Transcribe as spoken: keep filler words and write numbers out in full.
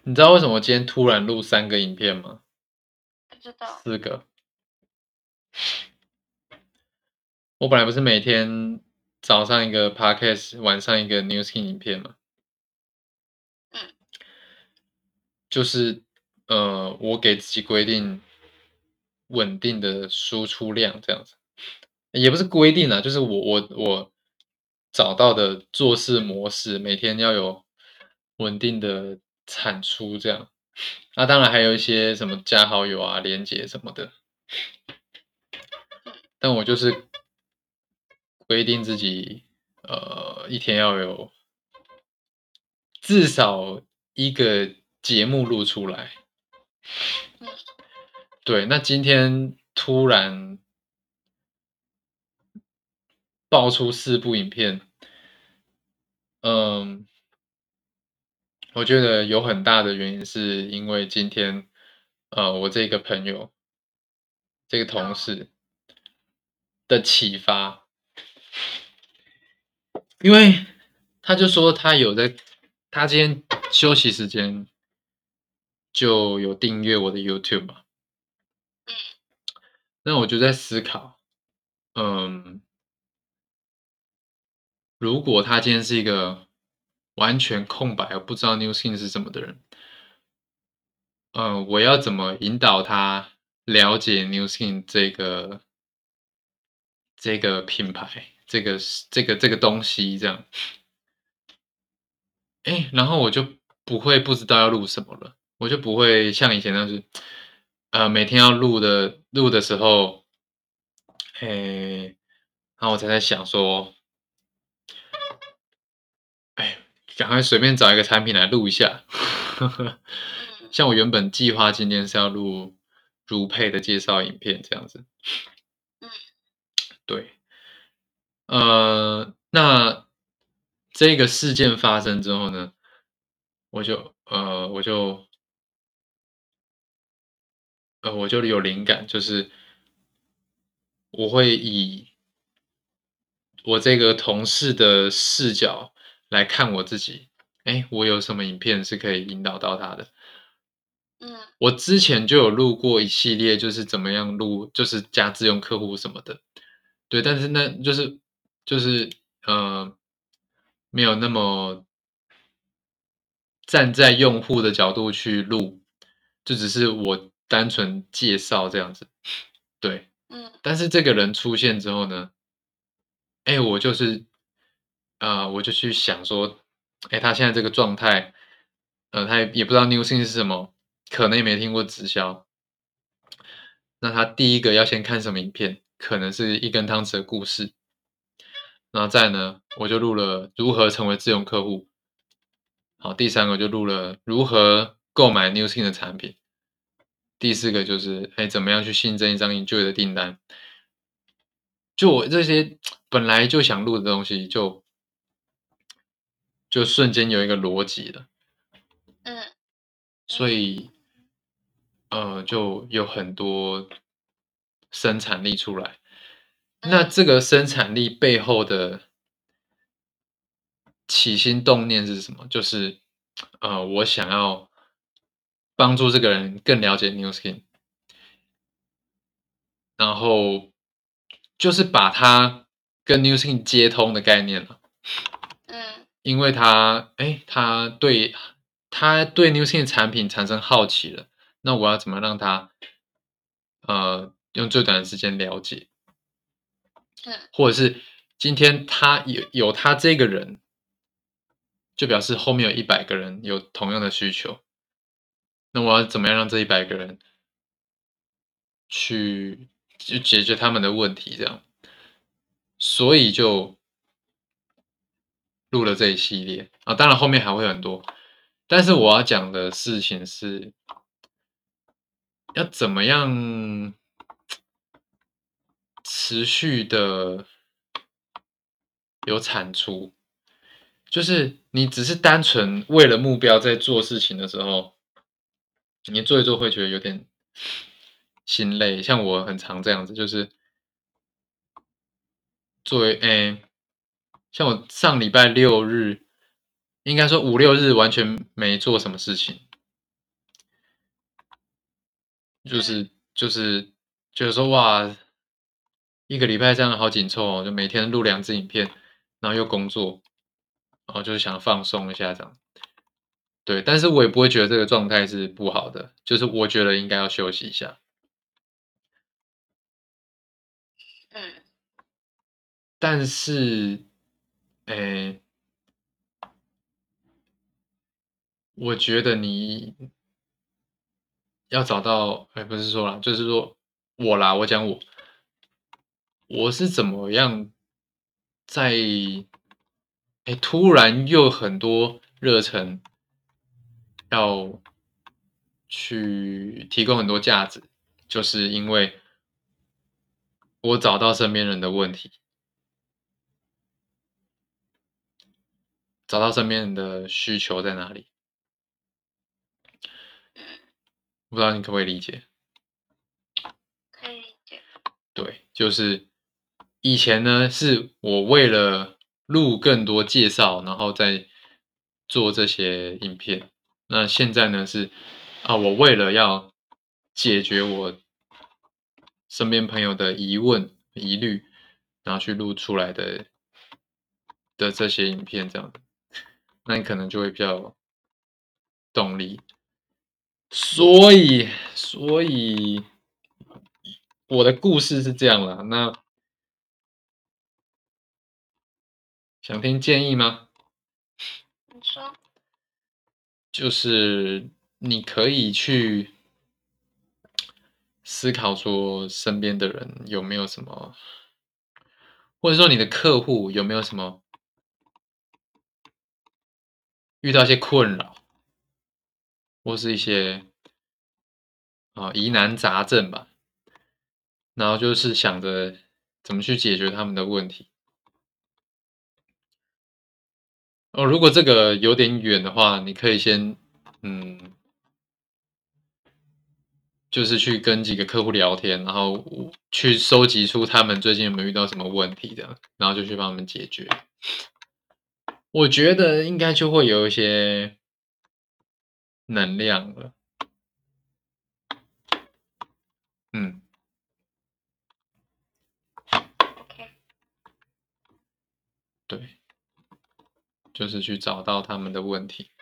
你知道为什么我今天突然录三个影片吗？ 不知道。 四个。我本来不是每天早上一个 podcast，晚上一个 newskin 影片吗？ 嗯。 就是呃，我给自己规定稳定的输出量这样子，也不是规定啊，就是我我我找到的做事模式，每天要有稳定的产出这样。那、当然还有一些什么加好友啊、连结什么的，但我就是规定自己呃一天要有至少一个节目录出来。 嗯。 对，那今天突然爆出四部影片，嗯，我觉得有很大的原因是因为今天，呃，我这个朋友，这个同事的启发，因为他就说他有在，他今天休息时间就有订阅我的 YouTube 嘛， 嗯。 那我就在思考，嗯，如果他今天是一个完全空白，我不知道 newskin 是什么的人，嗯，我要怎么引导他了解 newskin 这个这个品牌，这个这个这个东西这样？哎，然后我就不会不知道要录什么了，我就不会像以前那样是，呃，每天要录的录的时候，哎，然后我才在想说，哎，赶快随便找一个产品来录一下。 嗯。 像我原本计划今天是要录如配的介绍影片这样子， 嗯。 对，呃，那这个事件发生之后呢，我就呃，我就呃，我就有灵感，就是我会以我这个同事的视角来看我自己，哎，我有什么影片是可以引导到他的？ 嗯。 我之前就有录过一系列，就是怎么样录，就是加自用客户什么的，对，但是那就是就是呃，没有那么站在用户的角度去录，就只是我单纯介绍这样子，对。 嗯。 但是这个人出现之后呢，哎，我就是呃，我就去想说，哎，他现在这个状态，呃，他也也不知道 New Thing 是什么，可能也没听过直销。那他第一个要先看什么影片？可能是一根汤匙的故事。然后再来呢，我就录了如何成为自用客户。好，第三个就录了如何购买 New Thing 的产品。第四个就是，哎，怎么样去新增一张 Enjoy 的订单？就我这些本来就想录的东西，就就瞬间有一个逻辑了。 嗯。 所以呃，就有很多生产力出来。那嗯。 这个生产力背后的起心动念是什么？就是呃，我想要帮助这个人更了解 New Skin，然后就是把它跟 New Skin 接通的概念了。 嗯。 因为他，哎，他对他对 New Skin 产品产生好奇了，那我要怎么让他呃用最短的时间了解？ 嗯。 或者是今天他有有他这个人，就表示后面有一百个人有同样的需求，那我要怎么样让这一百个人去去解决他们的问题这样。所以就录了这一系列，啊，当然后面还会很多，但是我要讲的事情是，要怎么样持续的有产出。就是你只是单纯为了目标在做事情的时候，你做一做会觉得有点心累，像我很常这样子，就是作为诶，像我上礼拜六日，应该说五六日完全没做什么事情， 就嗯是就是觉得说哇，一个礼拜这样好紧凑哦，就每天录两支影片，然后又工作，然后就是想放松一下这样。对，但是我也不会觉得这个状态是不好的，就是我觉得应该要休息一下。 嗯但是，诶，我觉得你要找到，哎，不是说啦，就是说我啦，我讲我，我是怎么样在，哎，突然又很多热忱要去提供很多价值，就是因为我找到身边人的问题，找到身边人的需求在哪里， 嗯， 不知道你可不可以理解？ 可以理解。 对，就是以前呢，是我为了录更多介绍，然后再做这些影片。那现在呢是啊，我为了要解决我身边朋友的疑问、疑虑，然后去录出来的的这些影片，这样，那你可能就会比较有动力。所以，所以我的故事是这样啦。那想听建议吗？ 你说。 就是你可以去思考说，身边的人有没有什么，或者说你的客户有没有什么遇到一些困扰，或是一些啊、疑难杂症吧，然后就是想着怎么去解决他们的问题。哦，如果这个有点远的话，你可以先嗯，就是去跟几个客户聊天，然后去收集出他们最近有没有遇到什么问题这样，然后就去帮他们解决。我觉得应该就会有一些能量了。嗯， OK。 对，就是去找到他们的问题。